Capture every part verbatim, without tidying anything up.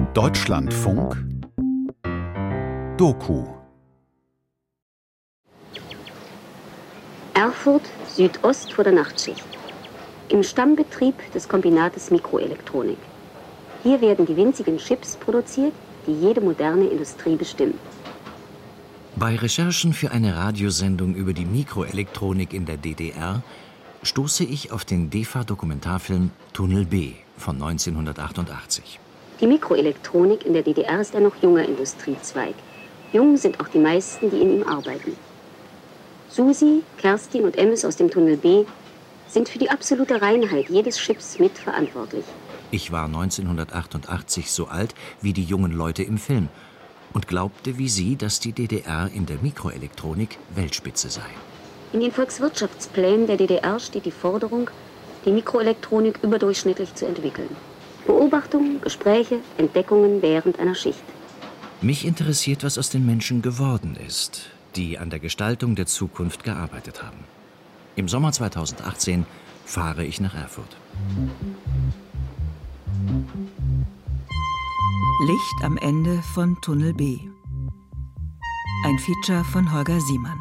Deutschlandfunk Doku Erfurt, Südost vor der Nachtschicht. Im Stammbetrieb des Kombinates Mikroelektronik. Hier werden die winzigen Chips produziert, die jede moderne Industrie bestimmen. Bei Recherchen für eine Radiosendung über die Mikroelektronik in der D D R stoße ich auf den D E F A-Dokumentarfilm Tunnel B von neunzehnhundertachtundachtzig. Die Mikroelektronik in der D D R ist ein noch junger Industriezweig. Jung sind auch die meisten, die in ihm arbeiten. Susi, Kerstin und Emmes aus dem Tunnel B sind für die absolute Reinheit jedes Chips mitverantwortlich. Ich war neunzehnhundertachtundachtzig so alt wie die jungen Leute im Film und glaubte wie sie, dass die D D R in der Mikroelektronik Weltspitze sei. In den Volkswirtschaftsplänen der D D R steht die Forderung, die Mikroelektronik überdurchschnittlich zu entwickeln. Beobachtungen, Gespräche, Entdeckungen während einer Schicht. Mich interessiert, was aus den Menschen geworden ist, die an der Gestaltung der Zukunft gearbeitet haben. Im Sommer zweitausendachtzehn fahre ich nach Erfurt. Licht am Ende von Tunnel B. Ein Feature von Holger Siemann.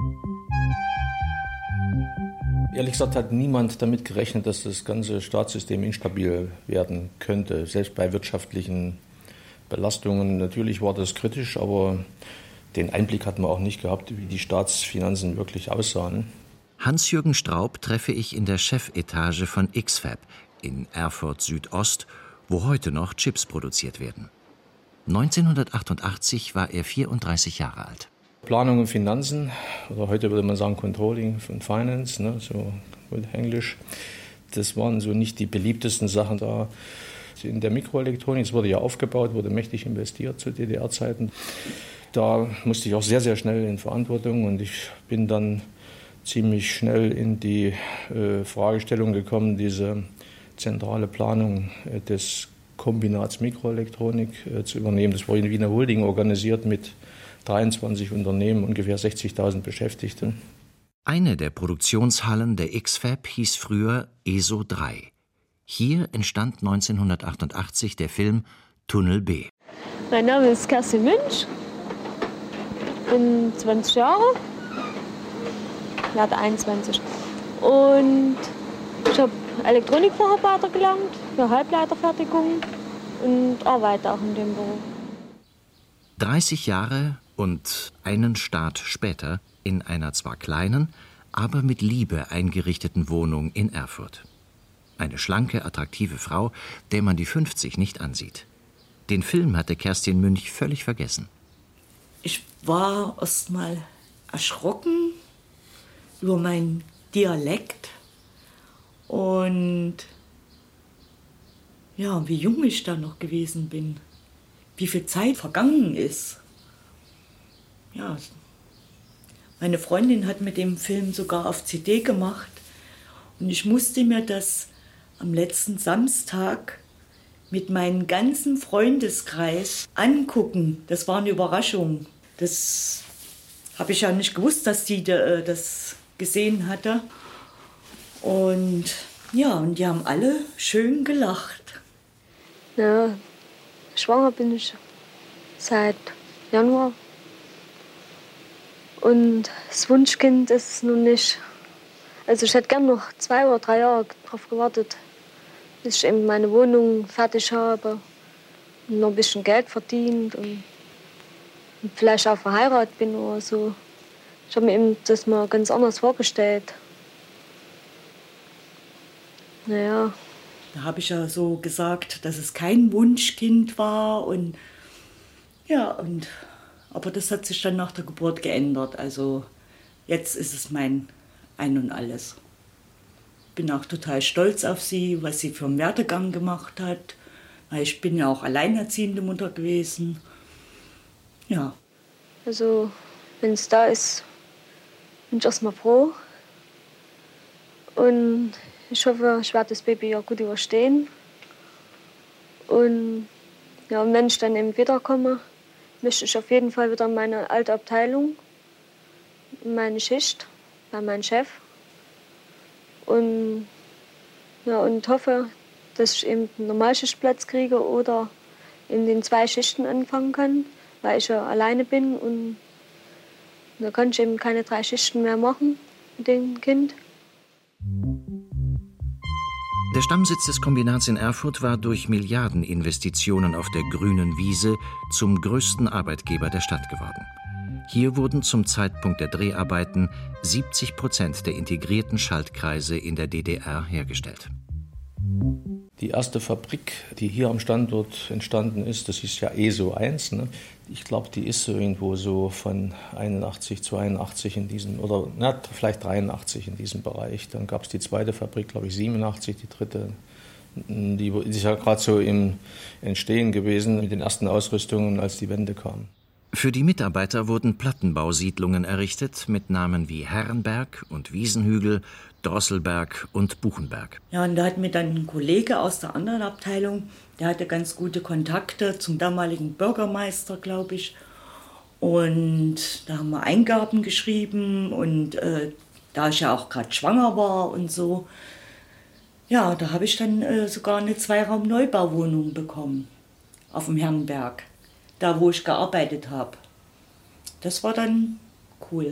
Ehrlich gesagt hat niemand damit gerechnet, dass das ganze Staatssystem instabil werden könnte. Selbst bei wirtschaftlichen Belastungen. Natürlich war das kritisch, aber den Einblick hat man auch nicht gehabt, wie die Staatsfinanzen wirklich aussahen. Hans-Jürgen Straub treffe ich in der Chefetage von X-Fab in Erfurt Südost, wo heute noch Chips produziert werden. neunzehnhundertachtundachtzig war er vierunddreißig Jahre alt. Planung und Finanzen, oder heute würde man sagen Controlling und Finance, ne, so Englisch, das waren so nicht die beliebtesten Sachen da. In der Mikroelektronik, es wurde ja aufgebaut, wurde mächtig investiert zu D D R-Zeiten. Da musste ich auch sehr, sehr schnell in Verantwortung und ich bin dann ziemlich schnell in die äh, Fragestellung gekommen, diese zentrale Planung äh, des Kombinats Mikroelektronik äh, zu übernehmen. Das war in Wiener Holding organisiert mit dreiundzwanzig Unternehmen, ungefähr sechzigtausend Beschäftigte. Eine der Produktionshallen der X-Fab hieß früher E S O drei. Hier entstand neunzehnhundertachtundachtzig der Film Tunnel B. Mein Name ist Kerstin Münch, bin zwanzig Jahre, werde einundzwanzig. Und ich habe Elektronikfacharbeiter gelernt für Halbleiterfertigung und arbeite auch in dem Beruf. dreißig Jahre und einen Start später in einer zwar kleinen, aber mit Liebe eingerichteten Wohnung in Erfurt. Eine schlanke, attraktive Frau, der man die fünfzig nicht ansieht. Den Film hatte Kerstin Münch völlig vergessen. Ich war erst mal erschrocken über meinen Dialekt und ja, wie jung ich da noch gewesen bin, wie viel Zeit vergangen ist. Ja, meine Freundin hat mit dem Film sogar auf C D gemacht und ich musste mir das am letzten Samstag mit meinem ganzen Freundeskreis angucken. Das war eine Überraschung. Das habe ich ja nicht gewusst, dass sie das gesehen hatte. Und ja, und die haben alle schön gelacht. Ja, schwanger bin ich seit Januar. Und das Wunschkind ist es nun nicht. Also ich hätte gern noch zwei oder drei Jahre darauf gewartet, bis ich eben meine Wohnung fertig habe und noch ein bisschen Geld verdient und, und vielleicht auch verheiratet bin oder so. Ich habe mir eben das mal ganz anders vorgestellt. Naja. Da habe ich ja so gesagt, dass es kein Wunschkind war und ja, und aber das hat sich dann nach der Geburt geändert. Also jetzt ist es mein Ein und Alles. Bin auch total stolz auf sie, was sie für einen Werdegang gemacht hat. Weil ich bin ja auch alleinerziehende Mutter gewesen. Ja. Also, wenn es da ist, bin ich erstmal froh. Und ich hoffe, ich werde das Baby ja gut überstehen. Und ja, und wenn ich dann eben wiederkomme, möchte ich auf jeden Fall wieder in meine alte Abteilung, in meine Schicht, bei meinem Chef. Und, ja, und hoffe, dass ich eben einen Normalschichtplatz kriege oder in den zwei Schichten anfangen kann, weil ich ja alleine bin und da kann ich eben keine drei Schichten mehr machen mit dem Kind. Der Stammsitz des Kombinats in Erfurt war durch Milliardeninvestitionen auf der grünen Wiese zum größten Arbeitgeber der Stadt geworden. Hier wurden zum Zeitpunkt der Dreharbeiten siebzig Prozent der integrierten Schaltkreise in der D D R hergestellt. Die erste Fabrik, die hier am Standort entstanden ist, das ist ja E S O eins. Ne? Ich glaube, die ist so irgendwo so von einundachtzig, zweiundachtzig in diesem, oder na, vielleicht dreiundachtzig in diesem Bereich. Dann gab es die zweite Fabrik, glaube ich, siebenundachtzig, die dritte. Die ist ja gerade so im Entstehen gewesen mit den ersten Ausrüstungen, als die Wende kam. Für die Mitarbeiter wurden Plattenbausiedlungen errichtet mit Namen wie Herrenberg und Wiesenhügel, Drosselberg und Buchenberg. Ja, und da hat mir dann ein Kollege aus der anderen Abteilung, der hatte ganz gute Kontakte zum damaligen Bürgermeister, glaube ich. Und da haben wir Eingaben geschrieben und äh, da ich ja auch gerade schwanger war und so, ja, da habe ich dann äh, sogar eine Zweiraum-Neubauwohnung bekommen auf dem Herrenberg. Da, wo ich gearbeitet habe. Das war dann cool.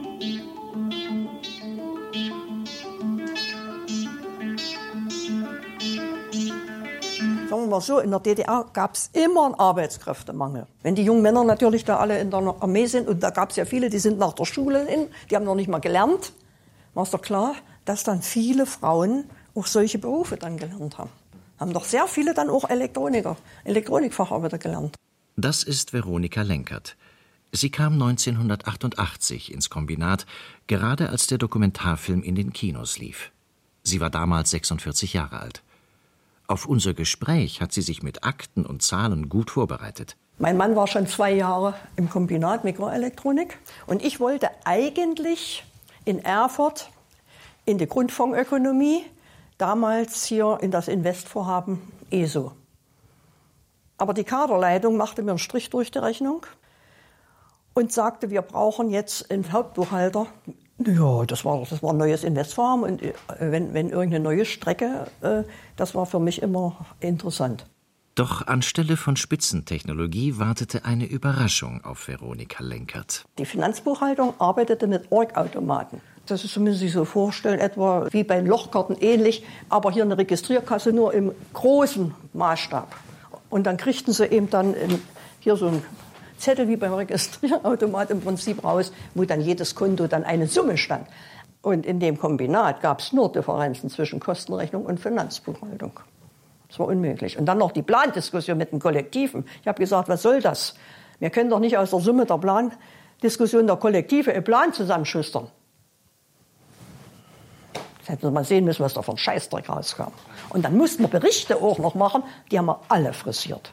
Sagen wir mal so, in der D D R gab es immer einen Arbeitskräftemangel. Wenn die jungen Männer natürlich da alle in der Armee sind, und da gab es ja viele, die sind nach der Schule hin, die haben noch nicht mal gelernt, war es doch klar, dass dann viele Frauen auch solche Berufe dann gelernt haben. Haben doch sehr viele dann auch Elektroniker, Elektronikfacharbeiter gelernt. Das ist Veronika Lenkert. Sie kam neunzehnhundertachtundachtzig ins Kombinat, gerade als der Dokumentarfilm in den Kinos lief. Sie war damals sechsundvierzig Jahre alt. Auf unser Gespräch hat sie sich mit Akten und Zahlen gut vorbereitet. Mein Mann war schon zwei Jahre im Kombinat Mikroelektronik und ich wollte eigentlich in Erfurt in die Grundfondsökonomie, damals hier in das Investvorhaben E S O. Aber die Kaderleitung machte mir einen Strich durch die Rechnung und sagte, wir brauchen jetzt einen Hauptbuchhalter. Ja, das war, das war ein neues Investvorhaben und wenn, wenn irgendeine neue Strecke, äh, das war für mich immer interessant. Doch anstelle von Spitzentechnologie wartete eine Überraschung auf Veronika Lenkert. Die Finanzbuchhaltung arbeitete mit Orgautomaten. Das ist, müssen Sie sich so vorstellen, etwa wie bei Lochkarten ähnlich, aber hier eine Registrierkasse nur im großen Maßstab. Und dann kriegten sie eben dann in, hier so einen Zettel wie beim Registrierautomat im Prinzip raus, wo dann jedes Konto dann eine Summe stand. Und in dem Kombinat gab es nur Differenzen zwischen Kostenrechnung und Finanzbuchhaltung. Das war unmöglich. Und dann noch die Plandiskussion mit den Kollektiven. Ich habe gesagt, was soll das? Wir können doch nicht aus der Summe der Plandiskussion der Kollektive einen Plan zusammenschustern. Jetzt hätten wir mal sehen müssen, was da für ein Scheißdreck rauskam. Und dann mussten wir Berichte auch noch machen, die haben wir alle frisiert.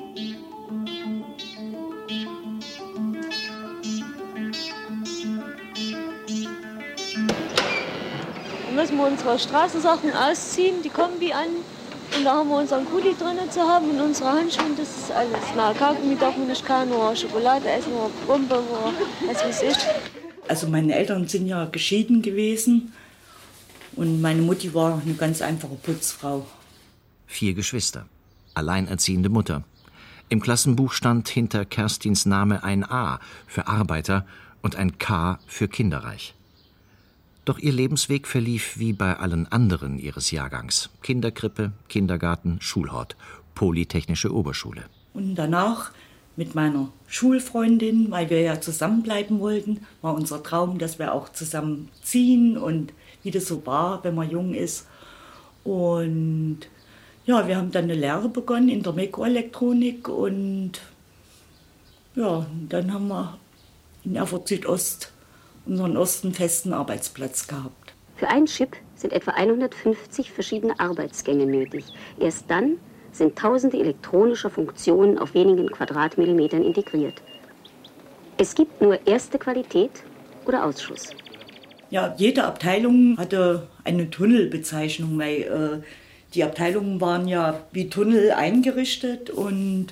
Dann müssen wir unsere Straßensachen ausziehen, die Kombi an. Und da haben wir unseren Kuli drin zu haben und unsere Handschuhe, das ist alles. Na, Kaugummi darf man nicht kaufen, nur Schokolade essen, nur Bombe, nur was weiß ich. Also meine Eltern sind ja geschieden gewesen. Und meine Mutti war eine ganz einfache Putzfrau. Vier Geschwister, alleinerziehende Mutter. Im Klassenbuch stand hinter Kerstins Name ein A für Arbeiter und ein K für kinderreich. Doch ihr Lebensweg verlief wie bei allen anderen ihres Jahrgangs. Kinderkrippe, Kindergarten, Schulhort, Polytechnische Oberschule. Und danach mit meiner Schulfreundin, weil wir ja zusammenbleiben wollten, war unser Traum, dass wir auch zusammen ziehen und wie das so war, wenn man jung ist. Und ja, wir haben dann eine Lehre begonnen in der Mikroelektronik und ja, dann haben wir in Erfurt Südost unseren ersten festen Arbeitsplatz gehabt. Für einen Chip sind etwa hundertfünfzig verschiedene Arbeitsgänge nötig. Erst dann sind tausende elektronischer Funktionen auf wenigen Quadratmillimetern integriert. Es gibt nur erste Qualität oder Ausschuss. Ja, jede Abteilung hatte eine Tunnelbezeichnung, weil äh, die Abteilungen waren ja wie Tunnel eingerichtet und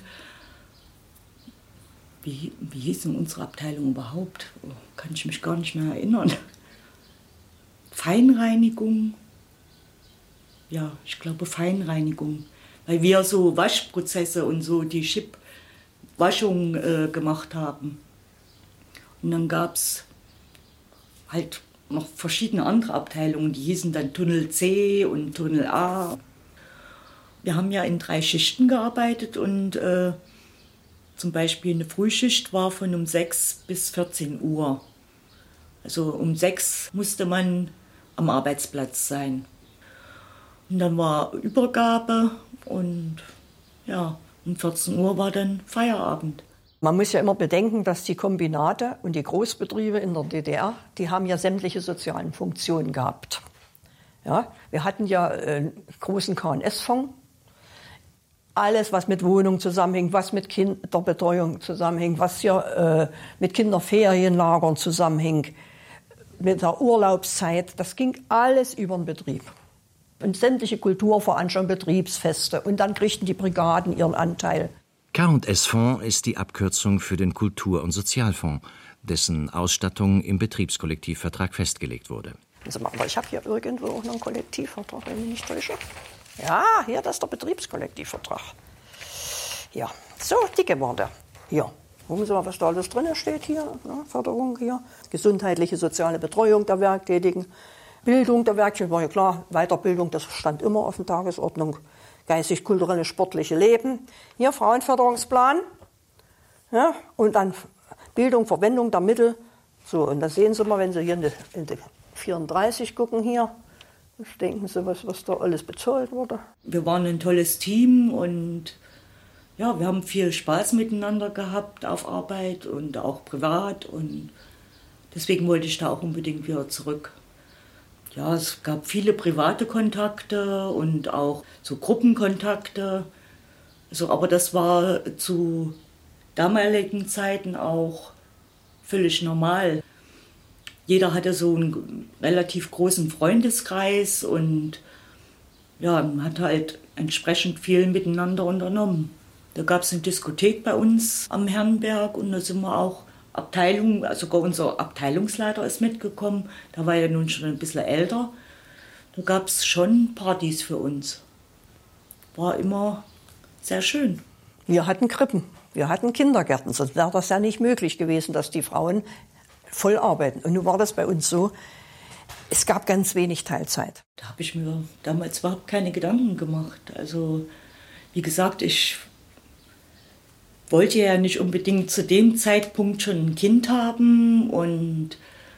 wie, wie hieß denn unsere Abteilung überhaupt? Oh, kann ich mich gar nicht mehr erinnern. Feinreinigung, ja, ich glaube Feinreinigung, weil weil wir so Waschprozesse und so die Chipwaschung äh, gemacht haben. Und dann gab es halt noch verschiedene andere Abteilungen, die hießen dann Tunnel C und Tunnel A. Wir haben ja in drei Schichten gearbeitet und äh, zum Beispiel eine Frühschicht war von um sechs bis vierzehn Uhr. Also um sechs musste man am Arbeitsplatz sein. Und dann war Übergabe und ja, um vierzehn Uhr war dann Feierabend. Man muss ja immer bedenken, dass die Kombinate und die Großbetriebe in der D D R, die haben ja sämtliche sozialen Funktionen gehabt. Ja, wir hatten ja einen großen K und S-Fonds. Alles, was mit Wohnung zusammenhängt, was mit Kinderbetreuung zusammenhängt, was hier äh, mit Kinderferienlagern zusammenhängt, mit der Urlaubszeit, das ging alles über den Betrieb. Und sämtliche Kulturveranstaltungen, Betriebsfeste. Und dann kriegten die Brigaden ihren Anteil. K und S-Fonds ist die Abkürzung für den Kultur- und Sozialfonds, dessen Ausstattung im Betriebskollektivvertrag festgelegt wurde. Also, aber ich habe hier irgendwo auch noch einen Kollektivvertrag, wenn ich nicht täusche. Ja, hier, das ist der Betriebskollektivvertrag. Ja, so dicke war der. Hier, gucken Sie mal, was da alles drin steht hier. Ja, Förderung hier, gesundheitliche, soziale Betreuung der Werktätigen, Bildung der Werktätigen, war ja klar, Weiterbildung, das stand immer auf der Tagesordnung. Geistig-kulturelle, sportliche Leben. Hier Frauenförderungsplan. Ja, und dann Bildung, Verwendung der Mittel. So, und da sehen Sie mal, wenn Sie hier in die, in die vierunddreißig gucken hier, was denken Sie, was, was da alles bezahlt wurde? Wir waren ein tolles Team und ja, wir haben viel Spaß miteinander gehabt auf Arbeit und auch privat. Und deswegen wollte ich da auch unbedingt wieder zurück. Ja, es gab viele private Kontakte und auch so Gruppenkontakte. Also, aber das war zu damaligen Zeiten auch völlig normal. Jeder hatte so einen relativ großen Freundeskreis und ja, man hat halt entsprechend viel miteinander unternommen. Da gab es eine Diskothek bei uns am Herrenberg und da sind wir auch Abteilung, also sogar unser Abteilungsleiter ist mitgekommen, der war ja nun schon ein bisschen älter. Da gab es schon Partys für uns. War immer sehr schön. Wir hatten Krippen, wir hatten Kindergärten, sonst wäre das ja nicht möglich gewesen, dass die Frauen voll arbeiten. Und nun war das bei uns so, es gab ganz wenig Teilzeit. Da habe ich mir damals überhaupt keine Gedanken gemacht. Also wie gesagt, ich wollte ja nicht unbedingt zu dem Zeitpunkt schon ein Kind haben und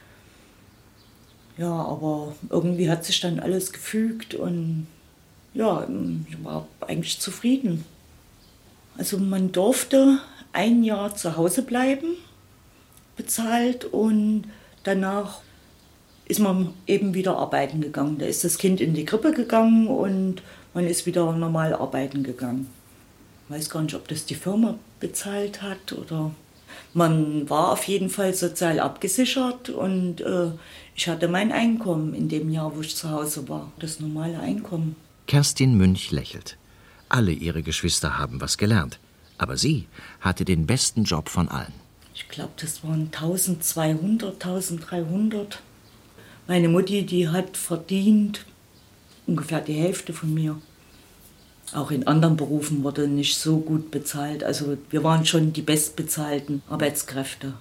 ja, aber irgendwie hat sich dann alles gefügt und ja, ich war eigentlich zufrieden. Also man durfte ein Jahr zu Hause bleiben, bezahlt und danach ist man eben wieder arbeiten gegangen. Da ist das Kind in die Krippe gegangen und man ist wieder normal arbeiten gegangen. Ich weiß gar nicht, ob das die Firma bezahlt hat oder man war auf jeden Fall sozial abgesichert und äh, ich hatte mein Einkommen in dem Jahr, wo ich zu Hause war, das normale Einkommen. Kerstin Münch lächelt. Alle ihre Geschwister haben was gelernt, aber sie hatte den besten Job von allen. Ich glaube, das waren eintausendzweihundert, eintausenddreihundert. Meine Mutti, die hat verdient ungefähr die Hälfte von mir. Auch in anderen Berufen wurde nicht so gut bezahlt. Also wir waren schon die bestbezahlten Arbeitskräfte.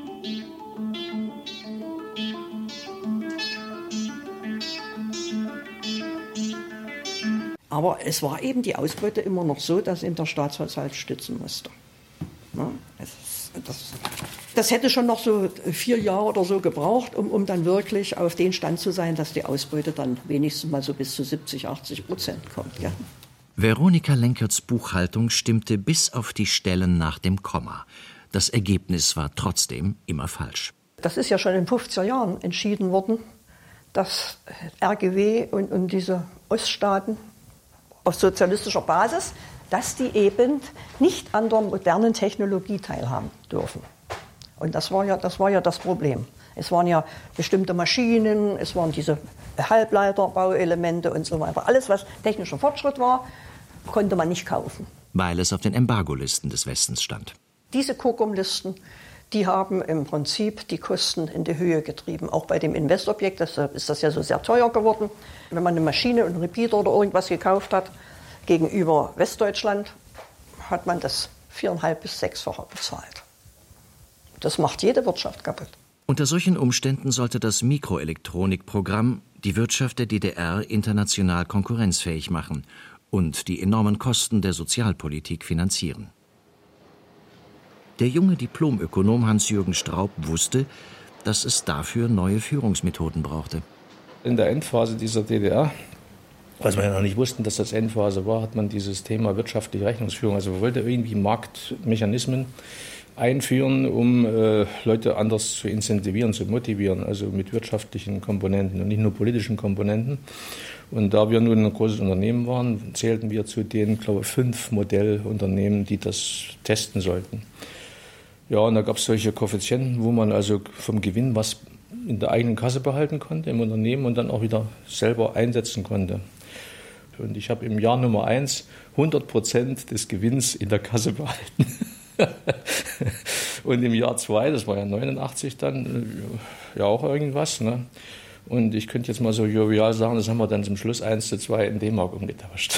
Aber es war eben die Ausbeute immer noch so, dass eben der Staatshaushalt stützen musste. Ja, das, das, das hätte schon noch so vier Jahre oder so gebraucht, um, um dann wirklich auf den Stand zu sein, dass die Ausbeute dann wenigstens mal so bis zu siebzig, achtzig Prozent kommt. Ja. Veronika Lenkerts Buchhaltung stimmte bis auf die Stellen nach dem Komma. Das Ergebnis war trotzdem immer falsch. Das ist ja schon in den fünfziger Jahren entschieden worden, dass R G W und, und diese Oststaaten auf sozialistischer Basis, dass die eben nicht an der modernen Technologie teilhaben dürfen. Und das war ja, das war ja das Problem. Es waren ja bestimmte Maschinen, es waren diese Halbleiterbauelemente und so weiter. Alles, was technischer Fortschritt war, konnte man nicht kaufen. Weil es auf den Embargo-Listen des Westens stand. Diese COCOM-Listen, die haben im Prinzip die Kosten in die Höhe getrieben. Auch bei dem Investobjekt, deshalb ist das ja so sehr teuer geworden. Wenn man eine Maschine, einen Repeater oder irgendwas gekauft hat, Gegenüber Westdeutschland hat man das viereinhalb bis sechsfache bezahlt. Das macht jede Wirtschaft kaputt. Unter solchen Umständen sollte das Mikroelektronikprogramm die Wirtschaft der D D R international konkurrenzfähig machen und die enormen Kosten der Sozialpolitik finanzieren. Der junge Diplomökonom Hans-Jürgen Straub wusste, dass es dafür neue Führungsmethoden brauchte. In der Endphase dieser D D R, als wir ja noch nicht wussten, dass das Endphase war, hat man dieses Thema wirtschaftliche Rechnungsführung, also man wollte irgendwie Marktmechanismen einführen, um äh, Leute anders zu incentivieren, zu motivieren, also mit wirtschaftlichen Komponenten und nicht nur politischen Komponenten. Und da wir nun ein großes Unternehmen waren, zählten wir zu den, glaube ich, fünf Modellunternehmen, die das testen sollten. Ja, und da gab es solche Koeffizienten, wo man also vom Gewinn was in der eigenen Kasse behalten konnte im Unternehmen und dann auch wieder selber einsetzen konnte. Und ich habe im Jahr Nummer eins hundert Prozent des Gewinns in der Kasse behalten. Und im Jahr zwei, das war ja neunundachtzig dann, ja auch irgendwas. Ne? Und ich könnte jetzt mal so jovial sagen, das haben wir dann zum Schluss eins zu zwei in D-Mark umgetauscht.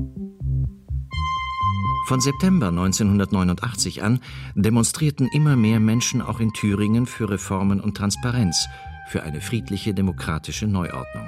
Von September neunzehnhundertneunundachtzig an demonstrierten immer mehr Menschen auch in Thüringen für Reformen und Transparenz, für eine friedliche demokratische Neuordnung.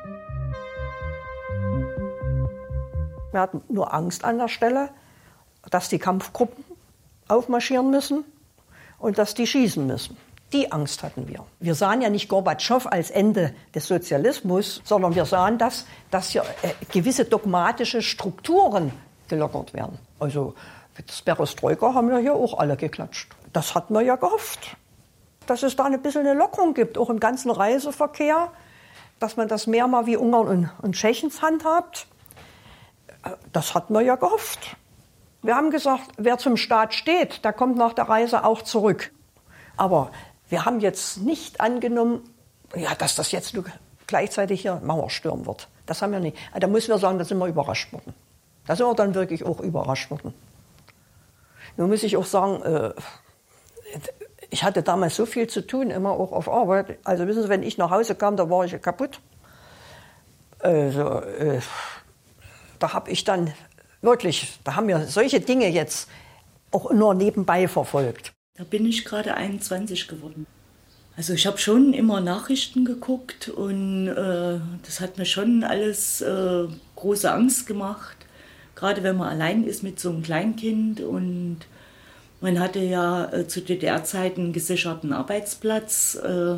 Wir hatten nur Angst an der Stelle, dass die Kampfgruppen aufmarschieren müssen und dass die schießen müssen. Die Angst hatten wir. Wir sahen ja nicht Gorbatschow als Ende des Sozialismus, sondern wir sahen das, dass hier äh, gewisse dogmatische Strukturen gelockert werden. Also das Perestroika haben wir hier auch alle geklatscht. Das hatten wir ja gehofft, dass es da ein bisschen eine Lockerung gibt, auch im ganzen Reiseverkehr, dass man das mehr mal wie Ungarn und, und Tschechens handhabt. Das hatten wir ja gehofft. Wir haben gesagt, wer zum Staat steht, der kommt nach der Reise auch zurück. Aber wir haben jetzt nicht angenommen, ja, dass das jetzt gleichzeitig hier Mauersturm wird. Das haben wir nicht. Da müssen wir sagen, da sind wir überrascht worden. Da sind wir dann wirklich auch überrascht worden. Nun muss ich auch sagen, äh, ich hatte damals so viel zu tun, immer auch auf Arbeit. Also wissen Sie, wenn ich nach Hause kam, da war ich kaputt. Also, äh, da habe ich dann wirklich, da haben wir solche Dinge jetzt auch nur nebenbei verfolgt. Da bin ich gerade einundzwanzig geworden. Also ich habe schon immer Nachrichten geguckt und äh, das hat mir schon alles äh, große Angst gemacht. Gerade wenn man allein ist mit so einem Kleinkind und man hatte ja äh, zu D D R-Zeiten einen gesicherten Arbeitsplatz. Äh,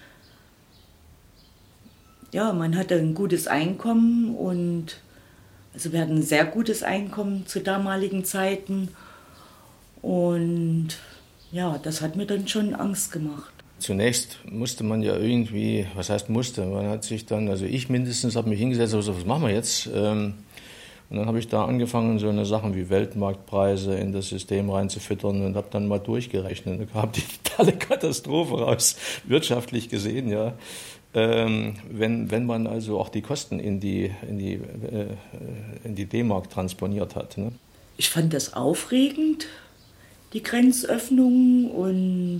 ja, man hatte ein gutes Einkommen und also wir hatten ein sehr gutes Einkommen zu damaligen Zeiten und ja, das hat mir dann schon Angst gemacht. Zunächst musste man ja irgendwie, was heißt musste, man hat sich dann, also ich mindestens, habe mich hingesetzt, also was machen wir jetzt? Und dann habe ich da angefangen, so eine Sachen wie Weltmarktpreise in das System reinzufüttern und habe dann mal durchgerechnet. Da kam die totale Katastrophe raus, wirtschaftlich gesehen, ja. Ähm, wenn, wenn man also auch die Kosten in die, in die, äh, in die D-Mark transponiert hat. Ne? Ich fand das aufregend, die Grenzöffnung und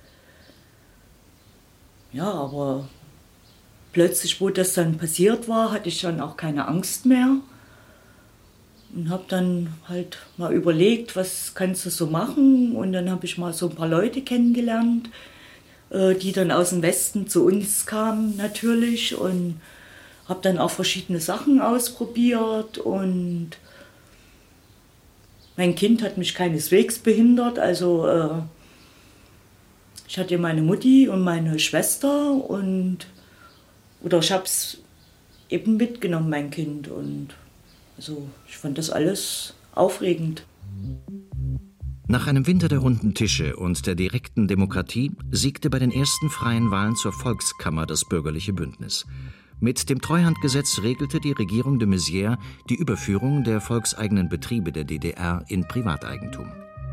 ja, aber plötzlich, wo das dann passiert war, hatte ich dann auch keine Angst mehr und habe dann halt mal überlegt, was kannst du so machen und dann habe ich mal so ein paar Leute kennengelernt, die dann aus dem Westen zu uns kamen natürlich und habe dann auch verschiedene Sachen ausprobiert und mein Kind hat mich keineswegs behindert, also äh, ich hatte meine Mutti und meine Schwester und oder ich habe es eben mitgenommen, mein Kind und also ich fand das alles aufregend. Nach einem Winter der runden Tische und der direkten Demokratie siegte bei den ersten freien Wahlen zur Volkskammer das bürgerliche Bündnis. Mit dem Treuhandgesetz regelte die Regierung de Maizière die Überführung der volkseigenen Betriebe der D D R in Privateigentum.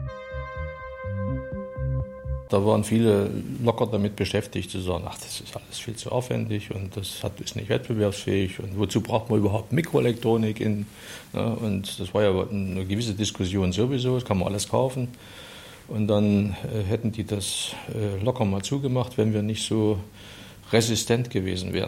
Da waren viele locker damit beschäftigt, zu sagen, ach, das ist alles viel zu aufwendig und das hat, ist nicht wettbewerbsfähig und wozu braucht man überhaupt Mikroelektronik? In, ja, und das war ja eine gewisse Diskussion sowieso, das kann man alles kaufen. Und dann äh, hätten die das äh, locker mal zugemacht, wenn wir nicht so resistent gewesen wären.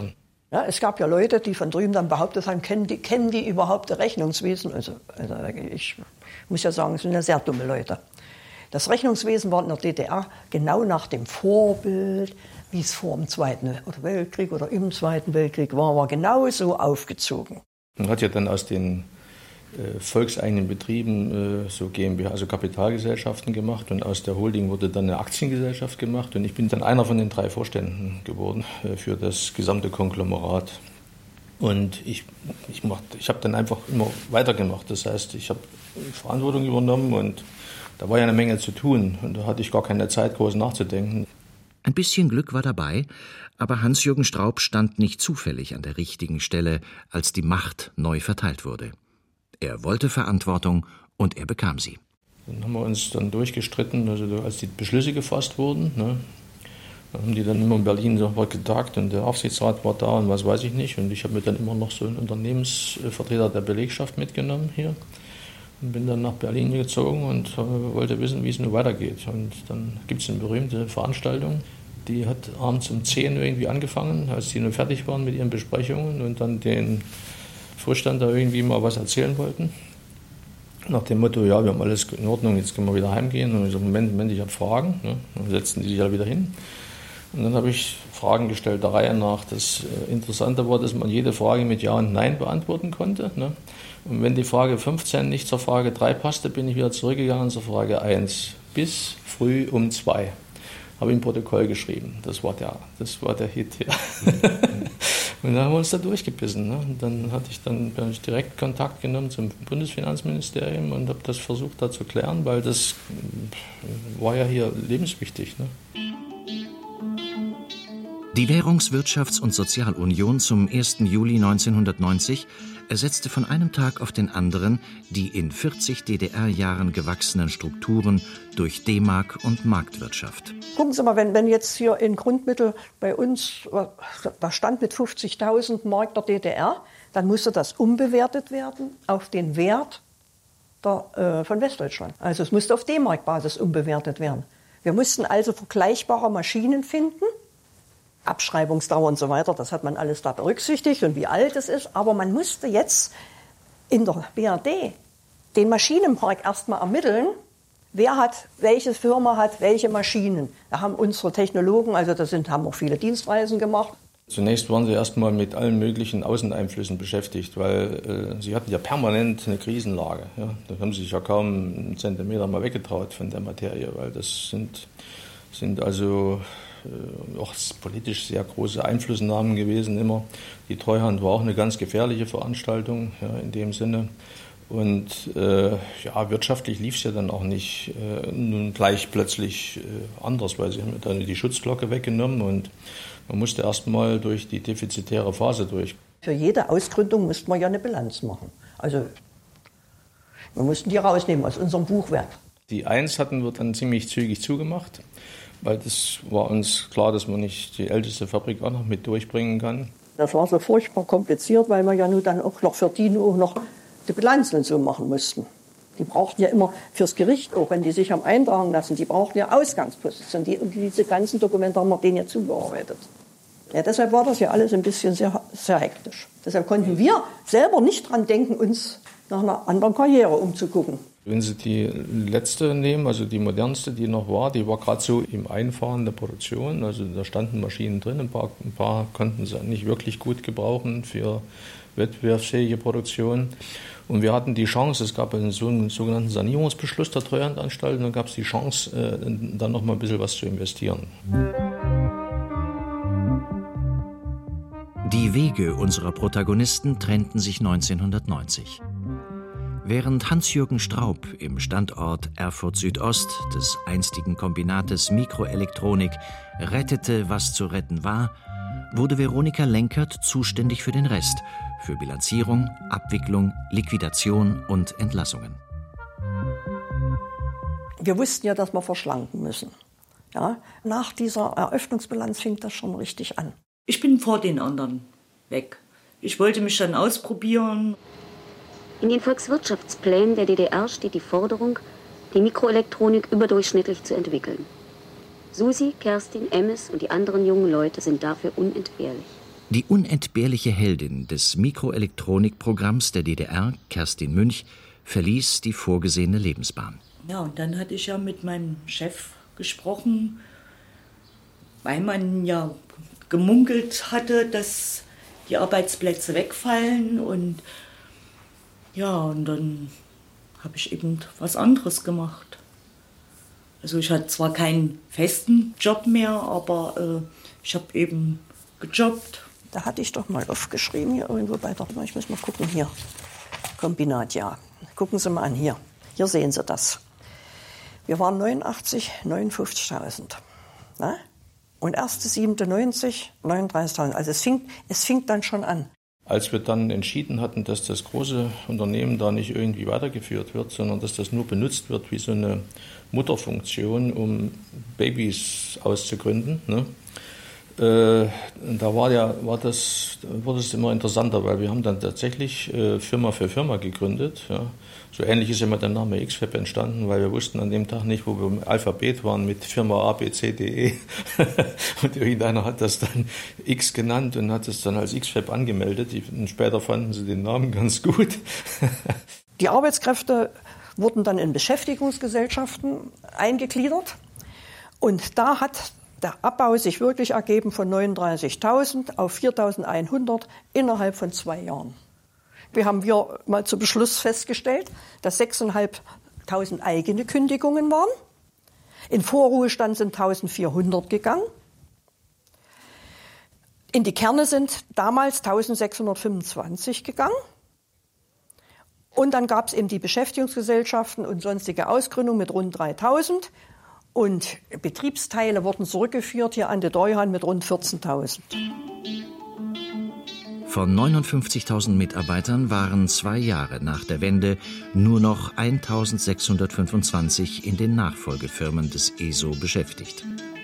Ja, es gab ja Leute, die von drüben dann behauptet haben, kennen die, kennen die überhaupt das Rechnungswesen? Also, also ich muss ja sagen, es sind ja sehr dumme Leute. Das Rechnungswesen war in der D D R genau nach dem Vorbild, wie es vor dem Zweiten Weltkrieg oder im Zweiten Weltkrieg war, war genau so aufgezogen. Man hat ja dann aus den äh, volkseigenen Betrieben äh, so GmbH, also Kapitalgesellschaften gemacht und aus der Holding wurde dann eine Aktiengesellschaft gemacht und ich bin dann einer von den drei Vorständen geworden äh, für das gesamte Konglomerat. Und ich, ich, ich habe dann einfach immer weitergemacht, das heißt, ich habe Verantwortung übernommen und da war ja eine Menge zu tun und da hatte ich gar keine Zeit, groß nachzudenken. Ein bisschen Glück war dabei, aber Hans-Jürgen Straub stand nicht zufällig an der richtigen Stelle, als die Macht neu verteilt wurde. Er wollte Verantwortung und er bekam sie. Dann haben wir uns dann durchgestritten, also als die Beschlüsse gefasst wurden. Ne, dann haben die dann immer in Berlin so getagt und der Aufsichtsrat war da und was weiß ich nicht. Und ich habe mir dann immer noch so einen Unternehmensvertreter der Belegschaft mitgenommen hier. Und bin dann nach Berlin gezogen und äh, wollte wissen, wie es nun weitergeht. Und dann gibt es eine berühmte Veranstaltung, die hat abends um zehn irgendwie angefangen, als die nun fertig waren mit ihren Besprechungen und dann den Vorstand da irgendwie mal was erzählen wollten. Nach dem Motto, ja, wir haben alles in Ordnung, jetzt können wir wieder heimgehen. Und ich so, Moment, Moment, ich habe Fragen. Ne? Dann setzten die sich halt wieder hin. Und dann habe ich Fragen gestellt, der Reihe nach. Das äh, Interessante war, dass man jede Frage mit Ja und Nein beantworten konnte. Ne? Und wenn die Frage fünfzehn nicht zur Frage drei passte, bin ich wieder zurückgegangen zur Frage eins. Bis früh um zwei. Habe ich ein Protokoll geschrieben. Das war der, das war der Hit. Ja. Und dann haben wir uns da durchgebissen. Ne? Und dann hatte ich dann bin ich direkt Kontakt genommen zum Bundesfinanzministerium und habe das versucht da zu klären, weil das war ja hier lebenswichtig. Ne? Die Währungswirtschafts- und Sozialunion zum ersten Juli neunzehnhundertneunzig ersetzte von einem Tag auf den anderen die in vierzig D D R-Jahren gewachsenen Strukturen durch D-Mark und Marktwirtschaft. Gucken Sie mal, wenn, wenn jetzt hier in Grundmittel bei uns, da stand mit fünfzigtausend Mark der D D R, dann musste das umbewertet werden auf den Wert der, äh, von Westdeutschland. Also es musste auf D-Mark-Basis umbewertet werden. Wir mussten also vergleichbare Maschinen finden, Abschreibungsdauer und so weiter, das hat man alles da berücksichtigt und wie alt es ist. Aber man musste jetzt in der B R D den Maschinenpark erstmal ermitteln, wer hat, welche Firma hat welche Maschinen. Da haben unsere Technologen, also da sind, haben auch viele Dienstreisen gemacht. Zunächst waren sie erstmal mit allen möglichen Außeneinflüssen beschäftigt, weil äh, sie hatten ja permanent eine Krisenlage. Ja. Da haben sie sich ja kaum einen Zentimeter mal weggetraut von der Materie, weil das sind, sind also auch politisch sehr große Einflussnahmen gewesen immer. Die Treuhand war auch eine ganz gefährliche Veranstaltung, ja, in dem Sinne. Und äh, ja, wirtschaftlich lief es ja dann auch nicht äh, nun gleich plötzlich äh, anders, weil sie haben dann die Schutzglocke weggenommen und man musste erst mal durch die defizitäre Phase durch. Für jede Ausgründung mussten wir ja eine Bilanz machen. Also wir mussten die rausnehmen aus unserem Buchwert. Die eins hatten wir dann ziemlich zügig zugemacht, weil das war uns klar, dass man nicht die älteste Fabrik auch noch mit durchbringen kann. Das war so furchtbar kompliziert, weil wir ja nun dann auch noch für die nur noch die Bilanzen so machen mussten. Die brauchten ja immer fürs Gericht, auch wenn die sich haben eintragen lassen, die brauchten ja Ausgangspositionen. Die, und diese ganzen Dokumente haben wir denen ja zugearbeitet. Ja, deshalb war das ja alles ein bisschen sehr, sehr hektisch. Deshalb konnten wir selber nicht dran denken, uns nach einer anderen Karriere umzugucken. Wenn Sie die letzte nehmen, also die modernste, die noch war, die war gerade so im Einfahren der Produktion. Also da standen Maschinen drin, ein paar, ein paar konnten sie nicht wirklich gut gebrauchen für wettbewerbsfähige Produktion. Und wir hatten die Chance, es gab einen sogenannten Sanierungsbeschluss der Treuhandanstalt, und dann gab es die Chance, dann noch mal ein bisschen was zu investieren. Die Wege unserer Protagonisten trennten sich neunzehnhundertneunzig. Während Hans-Jürgen Straub im Standort Erfurt Südost des einstigen Kombinates Mikroelektronik rettete, was zu retten war, wurde Veronika Lenkert zuständig für den Rest, für Bilanzierung, Abwicklung, Liquidation und Entlassungen. Wir wussten ja, dass wir verschlanken müssen. Ja, nach dieser Eröffnungsbilanz fing das schon richtig an. Ich bin vor den anderen weg. Ich wollte mich dann ausprobieren. In den Volkswirtschaftsplänen der D D R steht die Forderung, die Mikroelektronik überdurchschnittlich zu entwickeln. Susi, Kerstin, Emmes und die anderen jungen Leute sind dafür unentbehrlich. Die unentbehrliche Heldin des Mikroelektronikprogramms der D D R, Kerstin Münch, verließ die vorgesehene Lebensbahn. Ja, und dann hatte ich ja mit meinem Chef gesprochen, weil man ja gemunkelt hatte, dass die Arbeitsplätze wegfallen. Und ja, und dann habe ich eben was anderes gemacht. Also ich hatte zwar keinen festen Job mehr, aber äh, ich habe eben gejobbt. Da hatte ich doch mal aufgeschrieben, hier irgendwo bei der, ich muss mal gucken, hier, Kombinat, ja. Gucken Sie mal an, hier. Hier sehen Sie das. Wir waren neunundachtzig, neunundfünfzigtausend. Ne? Und erste siebte neunzig, neununddreißigtausend. Also es fing, es fing dann schon an. Als wir dann entschieden hatten, dass das große Unternehmen da nicht irgendwie weitergeführt wird, sondern dass das nur benutzt wird wie so eine Mutterfunktion, um Babys auszugründen, ne? Äh, da war, ja, war das, wurde es immer interessanter, weil wir haben dann tatsächlich äh, Firma für Firma gegründet. Ja. So ähnlich ist immer der Name X-Fab entstanden, weil wir wussten an dem Tag nicht, wo wir im Alphabet waren mit Firma A B C D E. Und irgendeiner hat das dann X genannt und hat es dann als X-Fab angemeldet. Und später fanden sie den Namen ganz gut. Die Arbeitskräfte wurden dann in Beschäftigungsgesellschaften eingegliedert. Und da hat der Abbau sich wirklich ergeben von neununddreißigtausend auf viertausendeinhundert innerhalb von zwei Jahren. Wir haben hier mal zu Beschluss festgestellt, dass sechstausendfünfhundert eigene Kündigungen waren. In Vorruhestand sind eintausendvierhundert gegangen. In die Kerne sind damals eintausendsechshundertfünfundzwanzig gegangen. Und dann gab es eben die Beschäftigungsgesellschaften und sonstige Ausgründungen mit rund dreitausend. Und Betriebsteile wurden zurückgeführt hier an die Treuhand mit rund vierzehntausend. Von neunundfünfzigtausend Mitarbeitern waren zwei Jahre nach der Wende nur noch eintausendsechshundertfünfundzwanzig in den Nachfolgefirmen des E S O beschäftigt.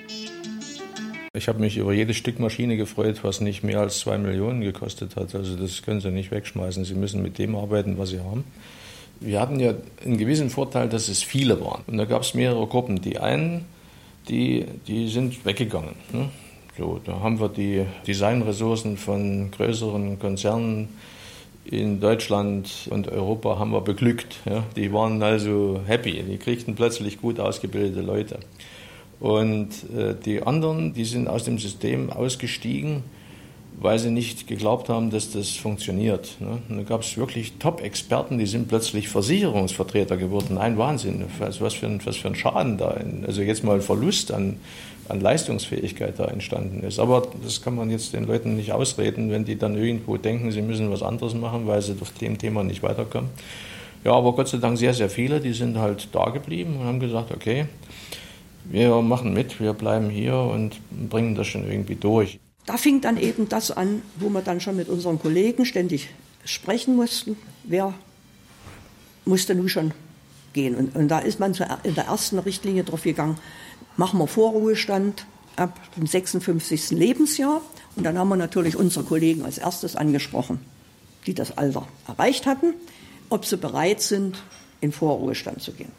Ich habe mich über jede Stück Maschine gefreut, was nicht mehr als zwei Millionen gekostet hat. Also das können Sie nicht wegschmeißen. Sie müssen mit dem arbeiten, was Sie haben. Wir hatten ja einen gewissen Vorteil, dass es viele waren. Und da gab es mehrere Gruppen. Die einen, die, die sind weggegangen. Ne? So, da haben wir die Designressourcen von größeren Konzernen in Deutschland und Europa haben wir beglückt. Ja? Die waren also happy. Die kriegten plötzlich gut ausgebildete Leute. Und äh, die anderen, die sind aus dem System ausgestiegen, weil sie nicht geglaubt haben, dass das funktioniert. Ne? Und da gab es wirklich Top-Experten, die sind plötzlich Versicherungsvertreter geworden. Ein Wahnsinn, also was für ein, was für ein Schaden da, also jetzt mal ein Verlust an, an Leistungsfähigkeit da entstanden ist. Aber das kann man jetzt den Leuten nicht ausreden, wenn die dann irgendwo denken, sie müssen was anderes machen, weil sie auf dem Thema nicht weiterkommen. Ja, aber Gott sei Dank sehr, sehr viele, die sind halt da geblieben und haben gesagt, okay, wir machen mit, wir bleiben hier und bringen das schon irgendwie durch. Da fing dann eben das an, wo wir dann schon mit unseren Kollegen ständig sprechen mussten, wer musste nun schon gehen. Und, und da ist man in der ersten Richtlinie drauf gegangen, machen wir Vorruhestand ab dem sechsundfünfzigsten Lebensjahr. Und dann haben wir natürlich unsere Kollegen als erstes angesprochen, die das Alter erreicht hatten, ob sie bereit sind, in Vorruhestand zu gehen.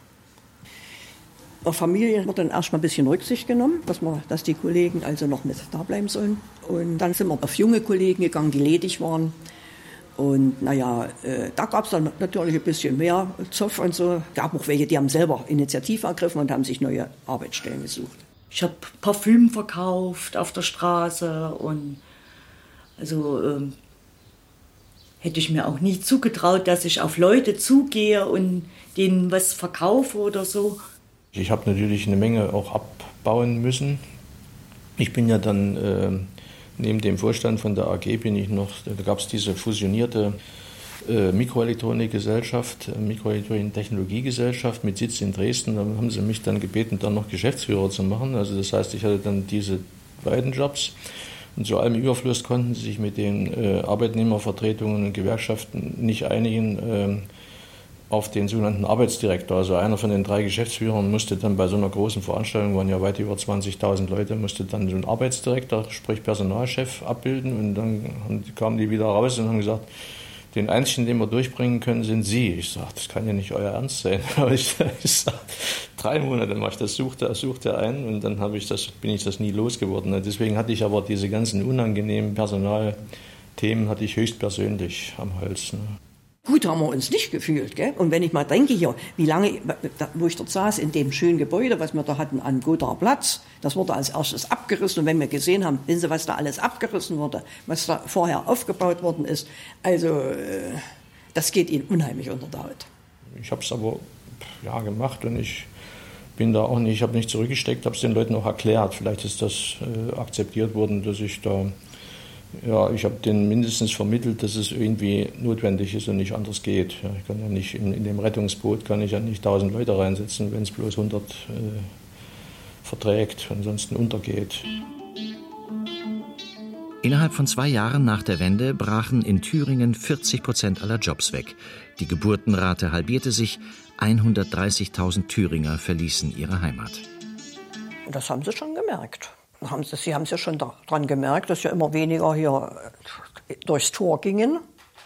Der Familie wird dann erstmal ein bisschen Rücksicht genommen, dass, wir, dass die Kollegen also noch mit da bleiben sollen. Und dann sind wir auf junge Kollegen gegangen, die ledig waren. Und naja, äh, da gab es dann natürlich ein bisschen mehr Zoff und so. Es gab auch welche, die haben selber Initiative ergriffen und haben sich neue Arbeitsstellen gesucht. Ich habe Parfüm verkauft auf der Straße und also ähm, hätte ich mir auch nie zugetraut, dass ich auf Leute zugehe und denen was verkaufe oder so. Ich habe natürlich eine Menge auch abbauen müssen. Ich bin ja dann äh, neben dem Vorstand von der A G bin ich noch, da gab es diese fusionierte äh, Mikroelektronikgesellschaft, äh, Mikroelektronik-Technologiegesellschaft mit Sitz in Dresden. Da haben sie mich dann gebeten, dann noch Geschäftsführer zu machen. Also das heißt, ich hatte dann diese beiden Jobs. Und zu allem Überfluss konnten sie sich mit den äh, Arbeitnehmervertretungen und Gewerkschaften nicht einigen, äh, auf den sogenannten Arbeitsdirektor. Also einer von den drei Geschäftsführern musste dann bei so einer großen Veranstaltung, waren ja weit über zwanzigtausend Leute, musste dann so einen Arbeitsdirektor, sprich Personalchef, abbilden. Und dann kamen die wieder raus und haben gesagt, Den einzigen, den wir durchbringen können, sind Sie. Ich sage, das kann ja nicht euer Ernst sein. Aber ich, ich sage, drei Monate mache ich das, suchte, suchte ein und dann habe ich das, bin ich das nie losgeworden. Deswegen hatte ich aber diese ganzen unangenehmen Personalthemen hatte ich höchstpersönlich am Hals. Ne? Gut haben wir uns nicht gefühlt, gell? Und wenn ich mal denke hier, wie lange, wo ich dort saß, in dem schönen Gebäude, was wir da hatten an Gothaer Platz, das wurde als erstes abgerissen. Und wenn wir gesehen haben, wissen Sie, was da alles abgerissen wurde, was da vorher aufgebaut worden ist, also das geht Ihnen unheimlich unter der Haut. Ich habe es aber ja gemacht und ich bin da auch nicht, ich habe nicht zurückgesteckt, habe es den Leuten auch erklärt. Vielleicht ist das äh, akzeptiert worden, dass ich da Ja, ich habe denen mindestens vermittelt, dass es irgendwie notwendig ist und nicht anders geht. Ja, ich kann ja nicht in, in dem Rettungsboot kann ich ja nicht tausend Leute reinsetzen, wenn es bloß hundert äh, verträgt, ansonsten untergeht. Innerhalb von zwei Jahren nach der Wende brachen in Thüringen vierzig Prozent aller Jobs weg. Die Geburtenrate halbierte sich, hundertdreißigtausend Thüringer verließen ihre Heimat. Das haben sie schon gemerkt. Haben sie, sie haben es ja schon daran gemerkt, dass ja immer weniger hier durchs Tor gingen.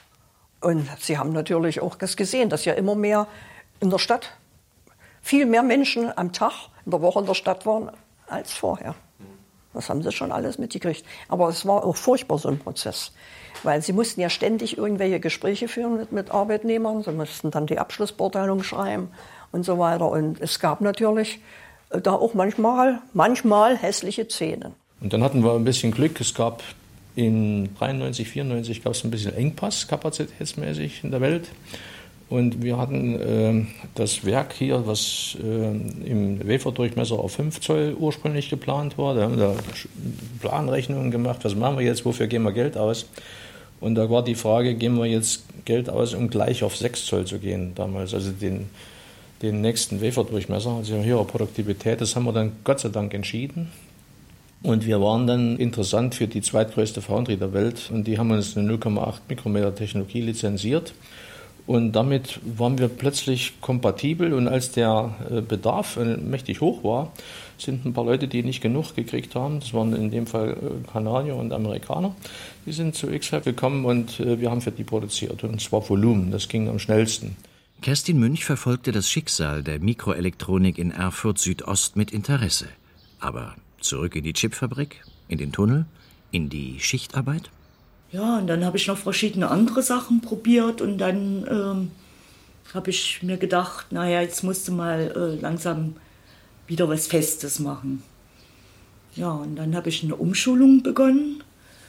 Und sie haben natürlich auch das gesehen, dass ja immer mehr in der Stadt, viel mehr Menschen am Tag in der Woche in der Stadt waren als vorher. Das haben sie schon alles mitgekriegt. Aber es war auch furchtbar, so ein Prozess. Weil sie mussten ja ständig irgendwelche Gespräche führen mit, mit Arbeitnehmern. Sie mussten dann die Abschlussbeurteilung schreiben und so weiter. Und es gab natürlich da auch manchmal, manchmal hässliche Szenen. Und dann hatten wir ein bisschen Glück. Es gab in dreiundneunzig, vierundneunzig gab es ein bisschen Engpass, kapazitätsmäßig in der Welt. Und wir hatten äh, das Werk hier, was äh, im Waferdurchmesser auf fünf Zoll ursprünglich geplant war. Da haben wir Planrechnungen gemacht, was machen wir jetzt, wofür geben wir Geld aus? Und da war die Frage, geben wir jetzt Geld aus, um gleich auf sechs Zoll zu gehen damals, also den, den nächsten Waferdurchmesser, also höhere Produktivität. Das haben wir dann Gott sei Dank entschieden. Und wir waren dann interessant für die zweitgrößte Foundry der Welt und die haben uns eine null Komma acht Mikrometer Technologie lizenziert. Und damit waren wir plötzlich kompatibel und als der Bedarf mächtig hoch war, sind ein paar Leute, die nicht genug gekriegt haben, das waren in dem Fall Kanadier und Amerikaner, die sind zu X-Fab gekommen und wir haben für die produziert. Und zwar Volumen, das ging am schnellsten. Kerstin Münch verfolgte das Schicksal der Mikroelektronik in Erfurt Südost mit Interesse. Aber zurück in die Chipfabrik, in den Tunnel, in die Schichtarbeit? Ja, und dann habe ich noch verschiedene andere Sachen probiert und dann ähm, habe ich mir gedacht, naja, jetzt musst du mal äh, langsam wieder was Festes machen. Ja, und dann habe ich eine Umschulung begonnen,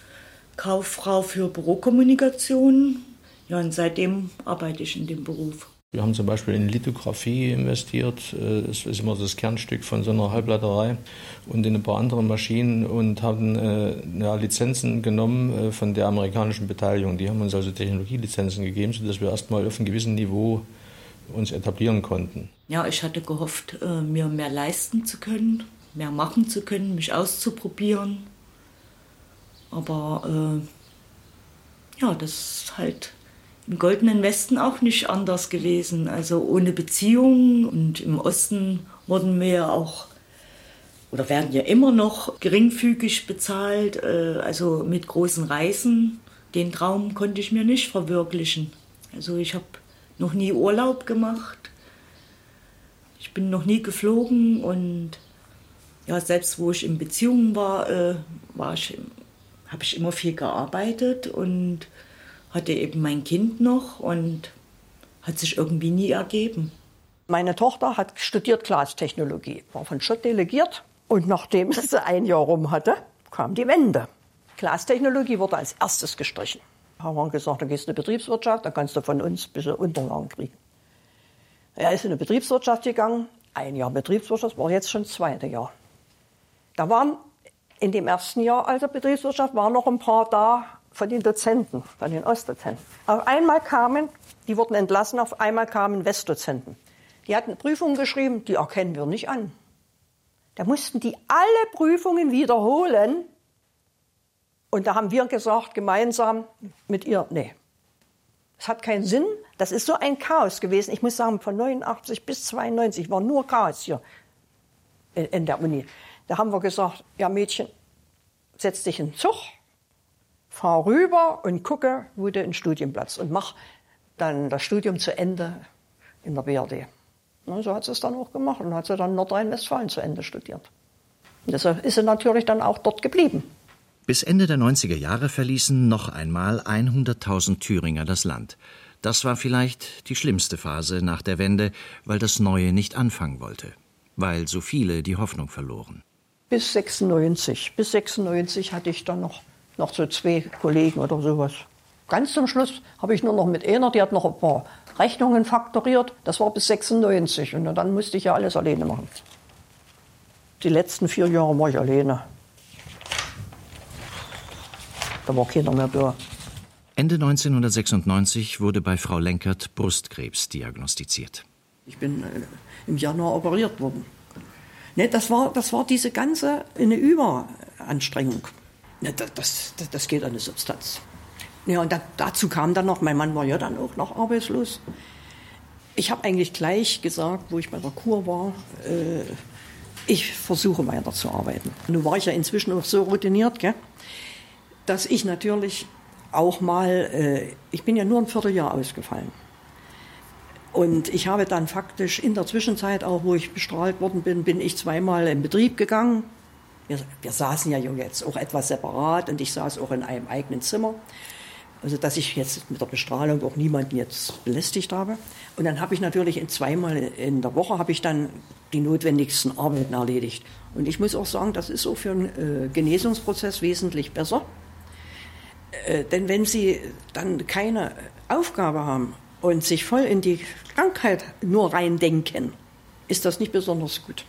Kauffrau für Bürokommunikation. Ja, und seitdem arbeite ich in dem Beruf. Wir haben zum Beispiel in Lithografie investiert, das ist immer das Kernstück von so einer Halbleiterei, und in ein paar andere Maschinen und haben äh, ja, Lizenzen genommen äh, von der amerikanischen Beteiligung. Die haben uns also Technologielizenzen gegeben, sodass wir erstmal auf einem gewissen Niveau uns etablieren konnten. Ja, ich hatte gehofft, äh, mir mehr leisten zu können, mehr machen zu können, mich auszuprobieren. Aber äh, ja, das ist halt im Goldenen Westen auch nicht anders gewesen. Also ohne Beziehungen, und im Osten wurden wir ja auch, oder werden ja immer noch geringfügig bezahlt, also mit großen Reisen. Den Traum konnte ich mir nicht verwirklichen. Also ich habe noch nie Urlaub gemacht, ich bin noch nie geflogen und ja, selbst wo ich in Beziehungen war, war ich, habe ich immer viel gearbeitet und hatte eben mein Kind noch und hat sich irgendwie nie ergeben. Meine Tochter hat studiert Glastechnologie, war von Schott delegiert. Und nachdem sie ein Jahr rum hatte, kam die Wende. Glastechnologie wurde als erstes gestrichen. Da haben wir gesagt, da gehst du in die Betriebswirtschaft, dann kannst du von uns ein bisschen Unterlagen kriegen. Er ist in die Betriebswirtschaft gegangen, ein Jahr Betriebswirtschaft, war jetzt schon das zweite Jahr. Da waren in dem ersten Jahr also Betriebswirtschaft waren noch ein paar da, von den Dozenten, von den Ostdozenten. Auf einmal kamen, die wurden entlassen, auf einmal kamen Westdozenten. Die hatten Prüfungen geschrieben, die erkennen wir nicht an. Da mussten die alle Prüfungen wiederholen. Und da haben wir gesagt, gemeinsam mit ihr, nee, das hat keinen Sinn. Das ist so ein Chaos gewesen. Ich muss sagen, von neunundachtzig bis zweiundneunzig war nur Chaos hier in, in der Uni. Da haben wir gesagt, ja Mädchen, setz dich in den Zug. fahr rüber und gucke, wo du einen Studienplatz und mach dann das Studium zu Ende in der B R D. Und so hat sie es dann auch gemacht und hat sie dann Nordrhein-Westfalen zu Ende studiert. Und deshalb ist sie natürlich dann auch dort geblieben. Bis Ende der neunziger Jahre verließen noch einmal hunderttausend Thüringer das Land. Das war vielleicht die schlimmste Phase nach der Wende, weil das Neue nicht anfangen wollte. Weil so viele die Hoffnung verloren. Bis sechsundneunzig. Bis sechsundneunzig hatte ich dann noch, noch so zwei Kollegen oder sowas. Ganz zum Schluss habe ich nur noch mit einer, die hat noch ein paar Rechnungen faktoriert. Das war bis sechsundneunzig und dann musste ich ja alles alleine machen. Die letzten vier Jahre war ich alleine. Da war keiner mehr da. Ende neunzehnhundertsechsundneunzig wurde bei Frau Lenkert Brustkrebs diagnostiziert. Ich bin äh, im Januar operiert worden. Ne, das war, das war diese ganze eine Überanstrengung. Ne, das, das, das geht an die Substanz. Ja, und da, dazu kam dann noch, mein Mann war ja dann auch noch arbeitslos. Ich habe eigentlich gleich gesagt, wo ich bei der Kur war, äh, ich versuche weiterzuarbeiten. Nun war ich ja inzwischen auch so routiniert, gell, dass ich natürlich auch mal, äh, ich bin ja nur ein Vierteljahr ausgefallen. Und ich habe dann faktisch in der Zwischenzeit, auch wo ich bestrahlt worden bin, bin ich zweimal in Betrieb gegangen. Wir, wir saßen ja jetzt auch etwas separat und ich saß auch in einem eigenen Zimmer. Also dass ich jetzt mit der Bestrahlung auch niemanden jetzt belästigt habe. Und dann habe ich natürlich in zweimal in der Woche habe ich dann die notwendigsten Arbeiten erledigt. Und ich muss auch sagen, das ist so für einen äh, Genesungsprozess wesentlich besser. Äh, denn wenn Sie dann keine Aufgabe haben und sich voll in die Krankheit nur reindenken, ist das nicht besonders gut.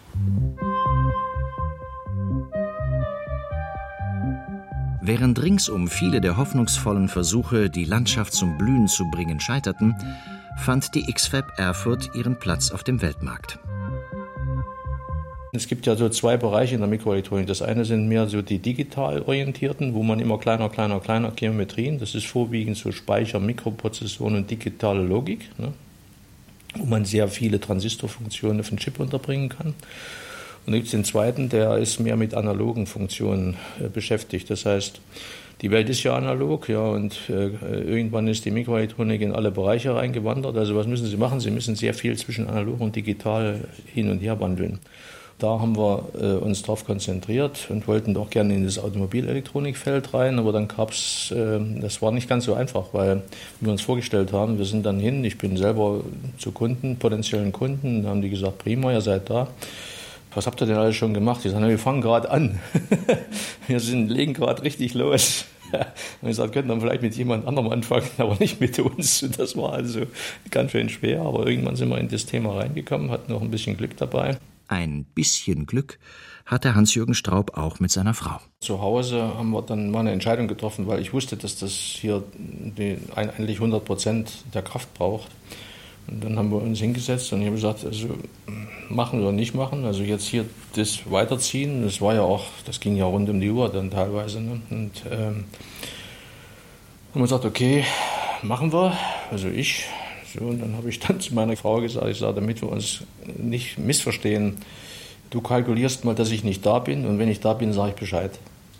Während ringsum viele der hoffnungsvollen Versuche, die Landschaft zum Blühen zu bringen, scheiterten, fand die X-Fab Erfurt ihren Platz auf dem Weltmarkt. Es gibt ja so zwei Bereiche in der Mikroelektronik. Das eine sind mehr so die digital orientierten, wo man immer kleiner, kleiner, kleiner Geometrien, das ist vorwiegend so Speicher, Mikroprozessoren und digitale Logik, ne, wo man sehr viele Transistorfunktionen auf den Chip unterbringen kann. Und dann gibt es den zweiten, der ist mehr mit analogen Funktionen äh, beschäftigt. Das heißt, die Welt ist ja analog, ja, und äh, irgendwann ist die Mikroelektronik in alle Bereiche reingewandert. Also was müssen Sie machen? Sie müssen sehr viel zwischen analog und digital hin und her wandeln. Da haben wir äh, uns darauf konzentriert und wollten doch gerne in das Automobilelektronikfeld rein, aber dann gab es, äh, das war nicht ganz so einfach, weil wie wir uns vorgestellt haben, wir sind dann hin, ich bin selber zu Kunden, potenziellen Kunden, da haben die gesagt, prima, ihr seid da. Was habt ihr denn alles schon gemacht? Die sagen, wir fangen gerade an. Wir sind, legen gerade richtig los. Und ich sagte, könnten dann vielleicht mit jemand anderem anfangen, aber nicht mit uns. Und das war also ganz schön schwer, aber irgendwann sind wir in das Thema reingekommen, hatten noch ein bisschen Glück dabei. Ein bisschen Glück hatte Hans-Jürgen Straub auch mit seiner Frau. Zu Hause haben wir dann mal eine Entscheidung getroffen, weil ich wusste, dass das hier die, eigentlich hundert Prozent der Kraft braucht. Und dann haben wir uns hingesetzt und ich habe gesagt, also machen oder nicht machen, also jetzt hier das weiterziehen, das war ja auch, das ging ja rund um die Uhr dann teilweise. Ne? Und ähm, haben wir gesagt, okay, machen wir, also ich. So, und dann habe ich dann zu meiner Frau gesagt, ich sage, damit wir uns nicht missverstehen, du kalkulierst mal, dass ich nicht da bin und wenn ich da bin, sage ich Bescheid.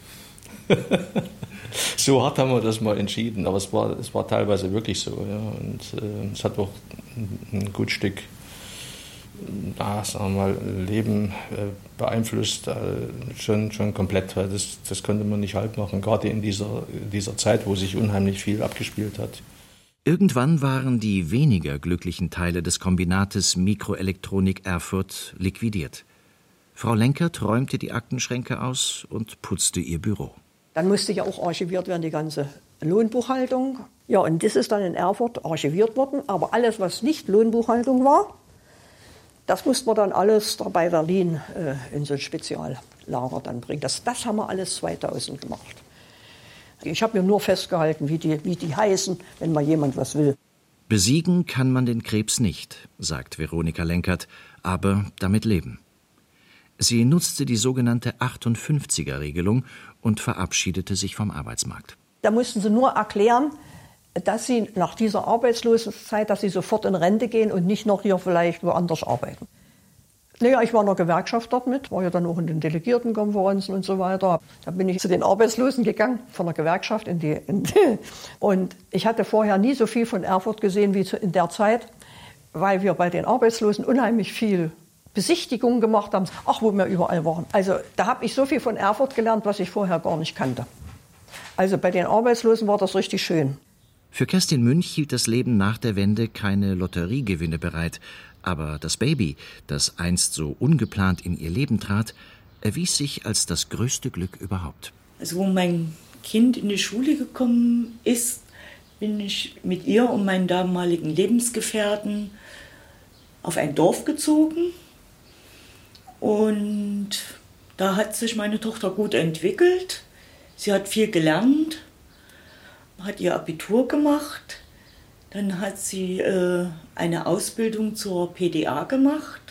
So hart haben wir das mal entschieden, aber es war, es war teilweise wirklich so. Ja. Und äh, es hat auch ein gut Stück na, sagen wir mal, Leben äh, beeinflusst, äh, schon, schon komplett. Weil das, das konnte man nicht halb machen, gerade in dieser, dieser Zeit, wo sich unheimlich viel abgespielt hat. Irgendwann waren die weniger glücklichen Teile des Kombinates Mikroelektronik Erfurt liquidiert. Frau Lenkert räumte die Aktenschränke aus und putzte ihr Büro. Dann musste ja auch archiviert werden, die ganze Lohnbuchhaltung. Ja, und das ist dann in Erfurt archiviert worden. Aber alles, was nicht Lohnbuchhaltung war, das mussten wir dann alles da bei Berlin äh, in so ein Speziallager dann bringen. Das, das haben wir alles zweitausend gemacht. Ich habe mir nur festgehalten, wie die, wie die heißen, wenn mal jemand was will. Besiegen kann man den Krebs nicht, sagt Veronika Lenkert, aber damit leben. Sie nutzte die sogenannte achtundfünfziger-Regelung und verabschiedete sich vom Arbeitsmarkt. Da mussten sie nur erklären, dass sie nach dieser Arbeitslosenzeit, dass sie sofort in Rente gehen und nicht noch hier vielleicht woanders arbeiten. Naja, ich war in der Gewerkschaft dort mit, war ja dann auch in den Delegiertenkonferenzen und so weiter. Da bin ich zu den Arbeitslosen gegangen, von der Gewerkschaft in die, in die. Und ich hatte vorher nie so viel von Erfurt gesehen wie in der Zeit, weil wir bei den Arbeitslosen unheimlich viel Besichtigungen gemacht haben, ach, wo wir überall waren. Also da habe ich so viel von Erfurt gelernt, was ich vorher gar nicht kannte. Also bei den Arbeitslosen war das richtig schön. Für Kerstin Münch hielt das Leben nach der Wende keine Lotteriegewinne bereit. Aber das Baby, das einst so ungeplant in ihr Leben trat, erwies sich als das größte Glück überhaupt. Also wo mein Kind in die Schule gekommen ist, bin ich mit ihr und meinen damaligen Lebensgefährten auf ein Dorf gezogen. Und da hat sich meine Tochter gut entwickelt. Sie hat viel gelernt, hat ihr Abitur gemacht. Dann hat sie äh, eine Ausbildung zur P D A gemacht.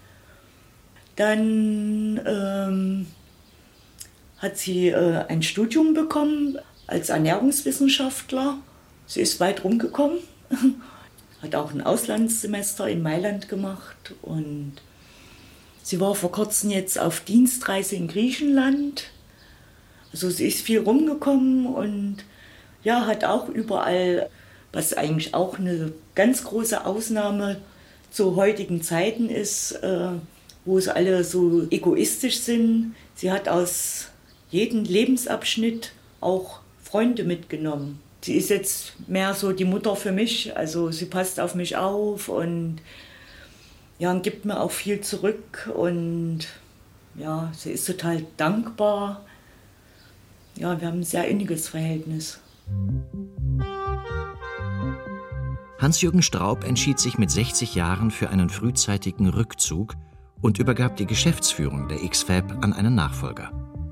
Dann ähm, hat sie äh, ein Studium bekommen als Ernährungswissenschaftler. Sie ist weit rumgekommen, hat auch ein Auslandssemester in Mailand gemacht. Und sie war vor kurzem jetzt auf Dienstreise in Griechenland. Also sie ist viel rumgekommen und ja, hat auch überall, was eigentlich auch eine ganz große Ausnahme zu heutigen Zeiten ist, äh, wo es alle so egoistisch sind. Sie hat aus jedem Lebensabschnitt auch Freunde mitgenommen. Sie ist jetzt mehr so die Mutter für mich, also sie passt auf mich auf und, ja, und gibt mir auch viel zurück. Und ja, sie ist total dankbar. Ja, wir haben ein sehr inniges Verhältnis. Hans-Jürgen Straub entschied sich mit sechzig Jahren für einen frühzeitigen Rückzug und übergab die Geschäftsführung der X-Fab an einen Nachfolger.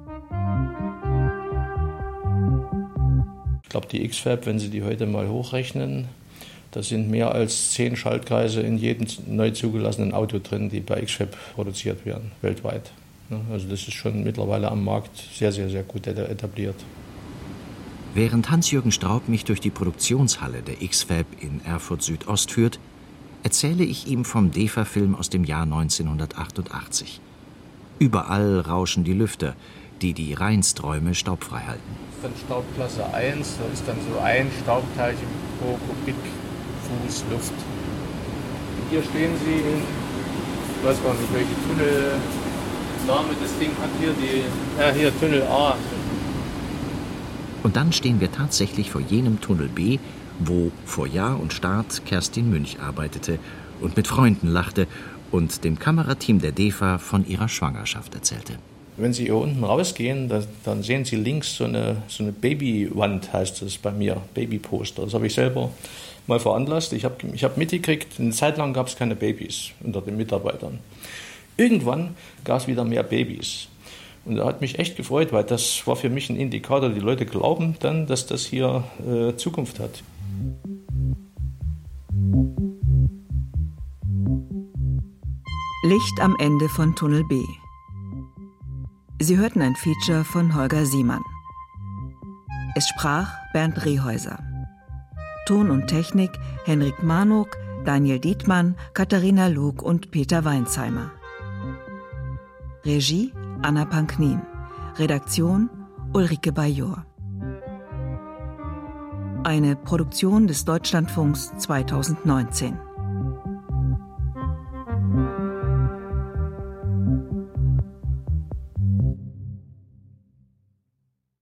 Ich glaube, die X-Fab, wenn Sie die heute mal hochrechnen, da sind mehr als zehn Schaltkreise in jedem neu zugelassenen Auto drin, die bei X-Fab produziert werden, weltweit. Also das ist schon mittlerweile am Markt sehr, sehr, sehr gut etabliert. Während Hans-Jürgen Straub mich durch die Produktionshalle der X-Fab in Erfurt Südost führt, erzähle ich ihm vom DEFA-Film aus dem Jahr neunzehnhundertachtundachtzig. Überall rauschen die Lüfter, die die Reinsträume staubfrei halten. Das ist dann Staubklasse eins, da ist dann so ein Staubteilchen pro Kubikfuß Luft. Und hier stehen Sie in, ich weiß gar nicht, welche Tunnelname das Ding hat, hier, die, ja, hier Tunnel A. Und dann stehen wir tatsächlich vor jenem Tunnel B, wo vor Jahr und Start Kerstin Münch arbeitete und mit Freunden lachte und dem Kamerateam der DEFA von ihrer Schwangerschaft erzählte. Wenn Sie hier unten rausgehen, da, dann sehen Sie links so eine, so eine Babywand, heißt es bei mir, Babyposter. Das habe ich selber mal veranlasst. Ich habe ich hab mitgekriegt, eine Zeit lang gab es keine Babys unter den Mitarbeitern. Irgendwann gab es wieder mehr Babys. Und das hat mich echt gefreut, weil das war für mich ein Indikator. Die Leute glauben dann, dass das hier äh, Zukunft hat. Licht am Ende von Tunnel B. Sie hörten ein Feature von Holger Siemann. Es sprach Bernd Rehäuser. Ton und Technik Henrik Manuk, Daniel Dietmann, Katharina Lug und Peter Weinsheimer. Regie Anna Panknin. Redaktion Ulrike Bajor. Eine Produktion des Deutschlandfunks zweitausendneunzehn.